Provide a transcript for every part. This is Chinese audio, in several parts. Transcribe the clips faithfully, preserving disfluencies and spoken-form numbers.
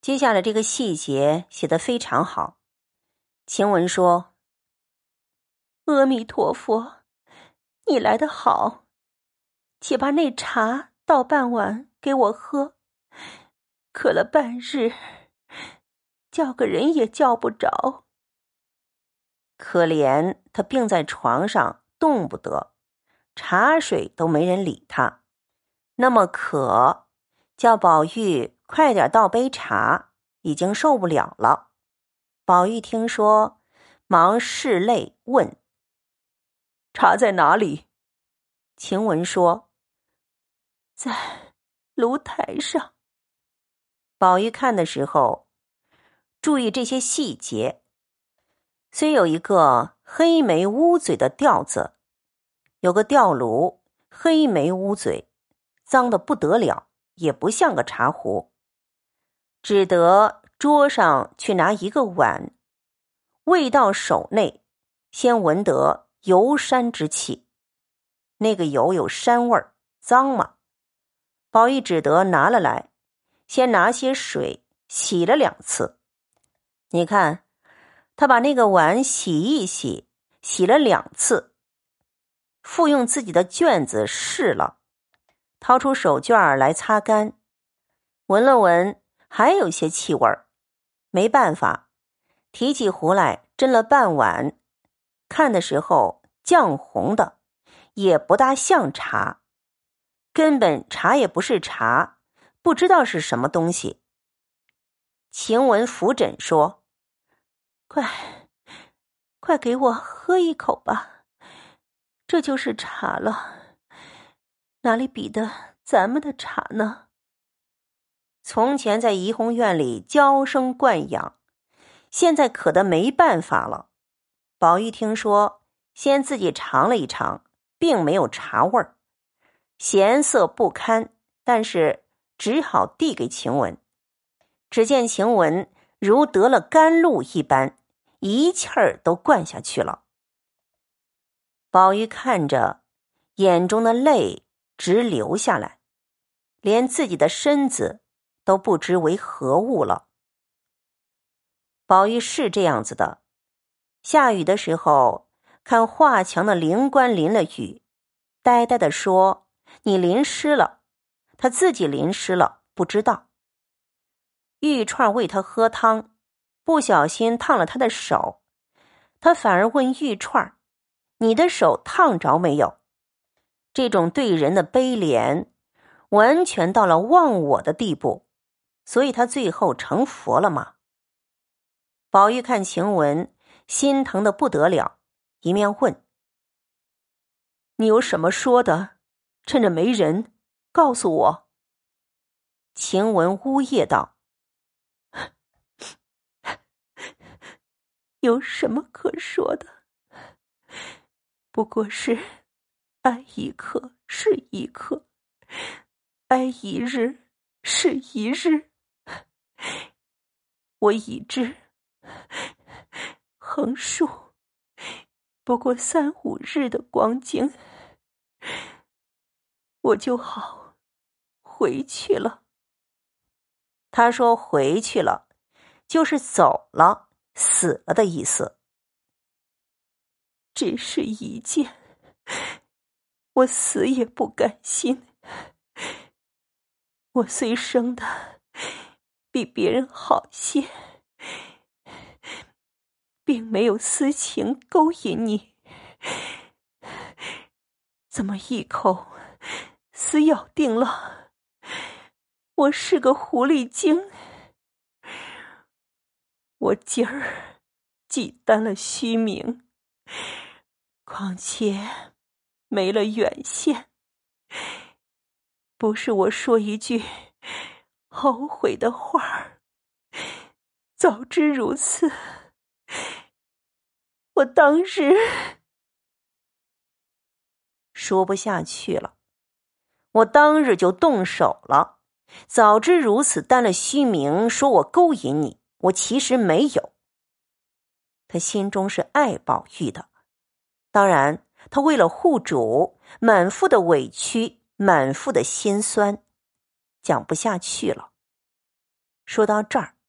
接下来这个细节写得非常好。晴雯说：阿弥陀佛，你来得好，且把那茶倒半碗给我喝，渴了半日，叫个人也叫不着。可怜他病在床上动不得，茶水都没人理他，那么渴，叫宝玉快点倒杯茶，已经受不了了。宝玉听说，忙拭泪问：茶在哪里？晴雯说：在炉台上。宝玉看的时候，注意这些细节，虽有一个黑眉乌嘴的吊字，有个吊炉，黑眉乌嘴，脏得不得了，也不像个茶壶，只得桌上去拿一个碗，未到手内，先闻得油膻之气，那个油有膻味儿，脏嘛。宝玉只得拿了来，先拿些水洗了两次。你看，他把那个碗洗一洗，洗了两次，复用自己的卷子试了，掏出手绢来擦干，闻了闻，还有些气味儿，没办法，提起壶来斟了半碗，看的时候绛红的，也不大像茶，根本茶也不是茶，不知道是什么东西。晴雯扶枕说：快快给我喝一口吧，这就是茶了，哪里比得咱们的茶呢？从前在怡红院里娇生惯养，现在渴得没办法了。宝玉听说，先自己尝了一尝，并没有茶味儿，咸涩不堪，但是只好递给晴雯。只见晴雯如得了甘露一般，一气儿都灌下去了。宝玉看着，眼中的泪直流下来，连自己的身子都不知为何物了。宝玉是这样子的，下雨的时候，看画墙的灵官淋了雨，呆呆地说：你淋湿了，他自己淋湿了，不知道。玉钏喂他喝汤，不小心烫了他的手，他反而问玉钏：你的手烫着没有？这种对人的悲怜，完全到了忘我的地步，所以他最后成佛了嘛。宝玉看晴雯心疼得不得了，一面问：你有什么说的？趁着没人，告诉我。晴雯呜咽道：有什么可说的？不过是哀一刻是一刻，哀一日是一日。我已知横竖不过三五日的光景，我就好回去了。他说回去了，就是走了，死了的意思。只是一件，我死也不甘心。我虽生的比别人好些，并没有私情勾引你，怎么一口死咬定了我是个狐狸精？我今儿既担了虚名，况且没了远线，不是我说一句后悔的话，早知如此，我当日说不下去了，我当日就动手了，早知如此，担了虚名，说我勾引你，我其实没有。他心中是爱宝玉的，当然他为了护主，满腹的委屈，满腹的心酸，讲不下去了。说到这儿，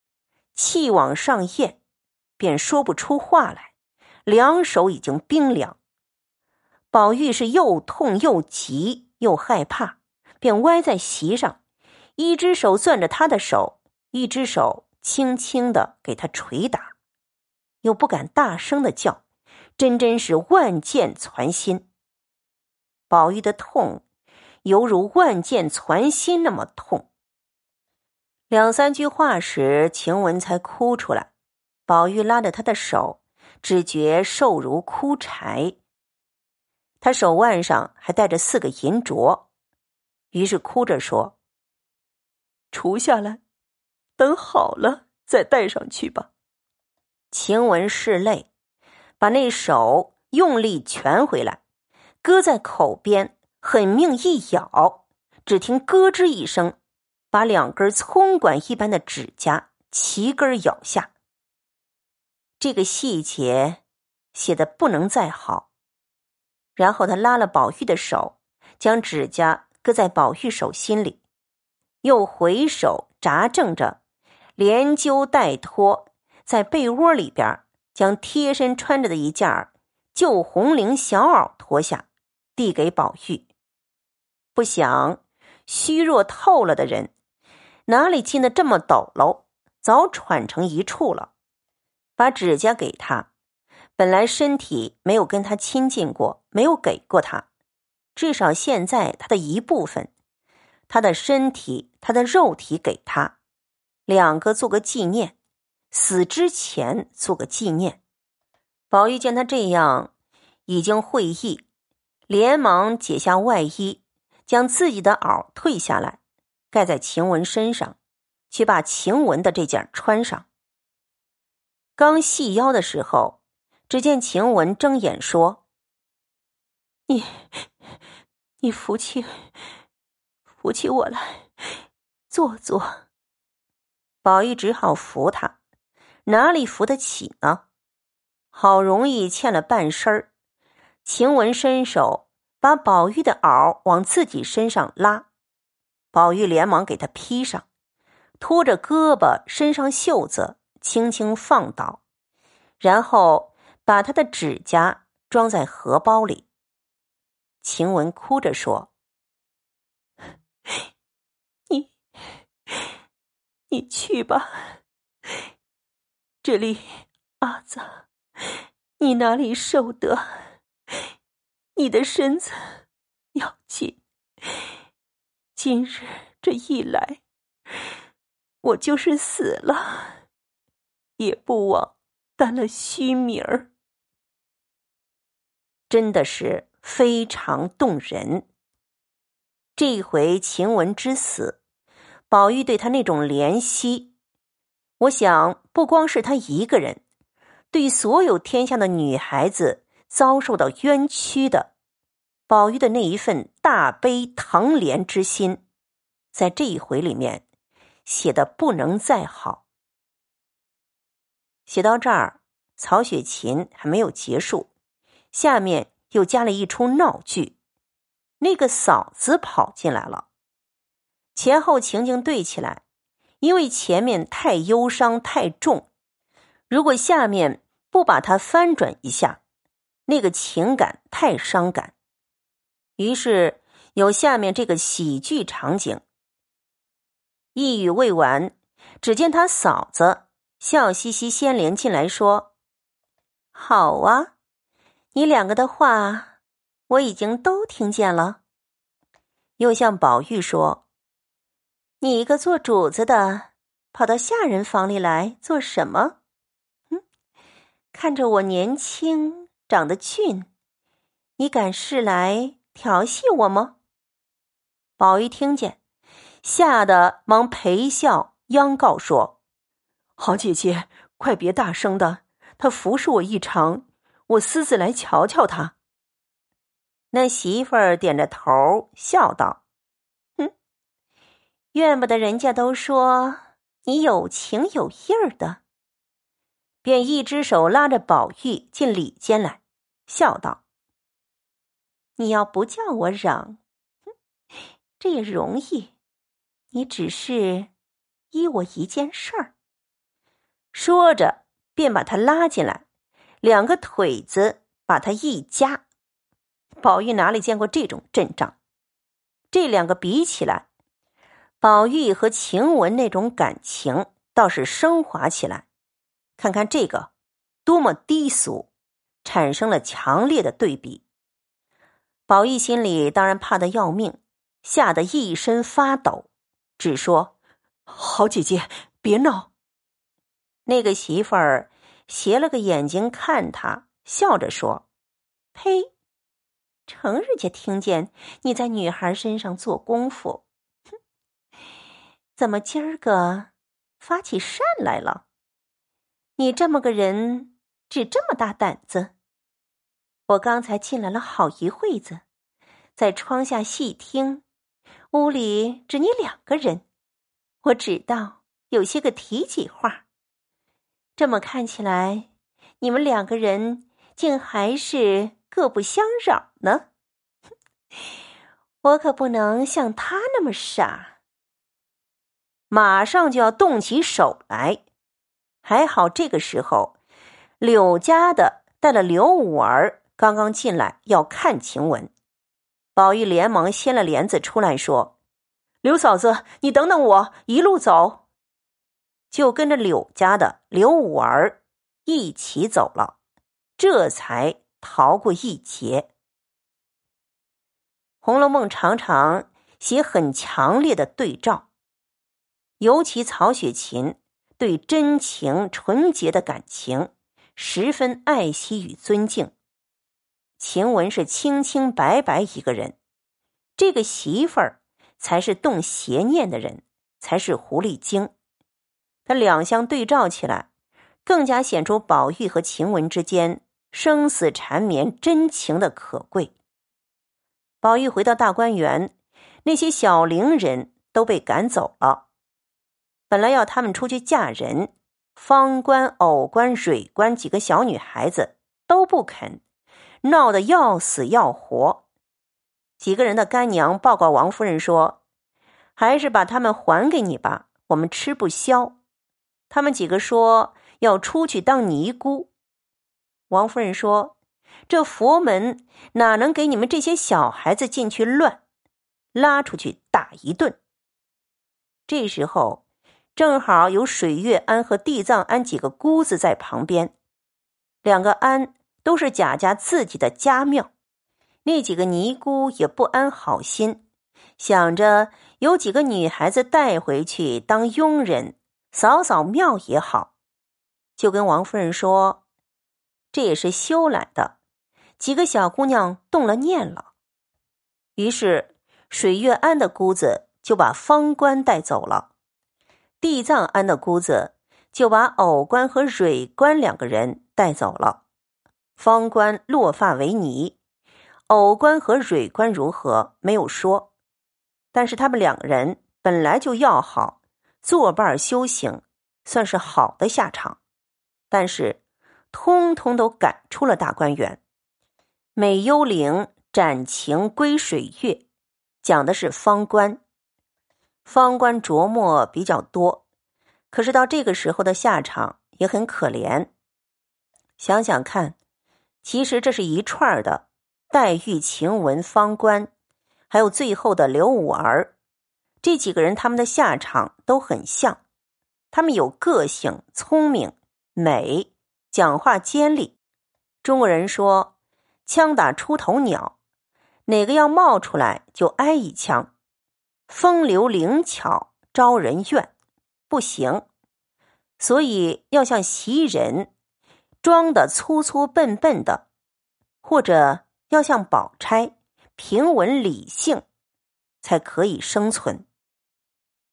气往上咽，便说不出话来，两手已经冰凉。宝玉是又痛又急又害怕，便歪在席上，一只手攥着他的手，一只手轻轻地给他捶打，又不敢大声地叫，真真是万箭攒心。宝玉的痛犹如万箭攒心那么痛。两三句话时，晴雯才哭出来。宝玉拉着她的手，只觉瘦如枯柴。他手腕上还带着四个银镯，于是哭着说：除下来，等好了再戴上去吧。晴雯拭泪，把那手用力蜷回来，搁在口边，狠命一咬，只听咯吱一声，把两根葱管一般的指甲齐根咬下。这个细节写得不能再好。然后他拉了宝玉的手，将指甲搁在宝玉手心里，又回手扎正着，连揪带拖，在被窝里边将贴身穿着的一件旧红绫小袄脱下，递给宝玉。不想虚弱透了的人，哪里经得这么抖搂，早喘成一处了。把指甲给他，本来身体没有跟他亲近过，没有给过他，至少现在他的一部分，他的身体，他的肉体给他，两个做个纪念，死之前做个纪念。宝玉见他这样已经会意，连忙解下外衣，将自己的袄退下来，盖在晴雯身上，去把晴雯的这件穿上。刚细腰的时候，只见晴雯睁眼说：你你扶起扶起我来，坐坐。宝玉只好扶他，哪里扶得起呢？好容易欠了半身儿，晴雯伸手把宝玉的袄往自己身上拉，宝玉连忙给他披上，拖着胳膊身上袖子轻轻放倒，然后把他的指甲装在荷包里。晴雯哭着说：你你去吧，这里阿子你哪里受得，你的身子要紧，今日这一来，我就是死了也不枉担了虚名儿。真的是非常动人。这回晴雯之死，宝玉对他那种怜惜，我想不光是他一个人，对所有天下的女孩子遭受到冤屈的，宝玉的那一份大悲疼怜之心，在这一回里面写得不能再好。写到这儿，曹雪芹还没有结束，下面又加了一出闹剧。那个嫂子跑进来了，前后情景对起来，因为前面太忧伤太重，如果下面不把它翻转一下，那个情感太伤感，于是有下面这个喜剧场景。一语未完，只见他嫂子笑嘻嘻先连进来说：好啊，你两个的话我已经都听见了。又向宝玉说：你一个做主子的，跑到下人房里来做什么？嗯，看着我年轻长得俊，你敢是来调戏我吗？宝玉听见，吓得忙陪笑央告说：好姐姐，快别大声的，他服侍我一场，我私自来瞧瞧他。那媳妇儿点着头笑道：哼，怨不得人家都说你有情有义儿的。便一只手拉着宝玉进里间来，笑道：你要不叫我嚷，这也容易，你只是依我一件事儿， 说着便把他拉进来，两个腿子把他一夹。宝玉哪里见过这种阵仗，这两个比起来，宝玉和晴雯那种感情倒是升华起来。看看这个多么低俗，产生了强烈的对比。宝玉心里当然怕得要命，吓得一身发抖，只说：好姐姐，别闹。那个媳妇儿斜了个眼睛看他，笑着说：呸，成日家听见你在女孩身上做功夫，哼，怎么今儿个发起善来了？你这么个人，只这么大胆子？我刚才进来了好一会子，在窗下细听，屋里只你两个人，我知道有些个提起话。这么看起来，你们两个人竟还是各不相扰呢。我可不能像他那么傻。马上就要动起手来，还好这个时候，柳家的带了刘五儿刚刚进来要看晴雯。宝玉连忙掀了帘子出来说：刘嫂子，你等等我，一路走。就跟着柳家的刘五儿一起走了，这才逃过一劫。《红楼梦》常常写很强烈的对照，尤其曹雪芹对真情纯洁的感情十分爱惜与尊敬。晴雯是清清白白一个人，这个媳妇儿才是动邪念的人，才是狐狸精。他两相对照起来，更加显出宝玉和晴雯之间生死缠绵真情的可贵。宝玉回到大观园，那些小伶人都被赶走了。本来要他们出去嫁人，芳官、藕官、蕊官几个小女孩子都不肯，闹得要死要活。几个人的干娘报告王夫人说：还是把他们还给你吧，我们吃不消。他们几个说要出去当尼姑。王夫人说：这佛门哪能给你们这些小孩子进去乱，拉出去打一顿。这时候正好有水月庵和地藏庵几个姑子在旁边，两个庵都是贾家自己的家庙，那几个尼姑也不安好心，想着有几个女孩子带回去当佣人，扫扫庙也好，就跟王夫人说：这也是修来的，几个小姑娘动了念了。于是水月庵的姑子就把芳官带走了，地藏庵的姑子就把藕官和蕊官两个人带走了。芳官落发为尼，藕官和蕊官如何没有说，但是他们两个人本来就要好，作伴修行，算是好的下场，但是通通都赶出了大观园。美幽灵斩情归水月，讲的是芳官。芳官琢磨比较多，可是到这个时候的下场也很可怜。想想看，其实这是一串的，黛玉、晴雯、芳官，还有最后的刘五儿，这几个人他们的下场都很像。他们有个性、聪明、美，讲话尖利。中国人说枪打出头鸟，哪个要冒出来就挨一枪。风流灵巧招人怨，不行。所以要像袭人，装的粗粗笨笨的，或者要像宝钗平稳理性，才可以生存。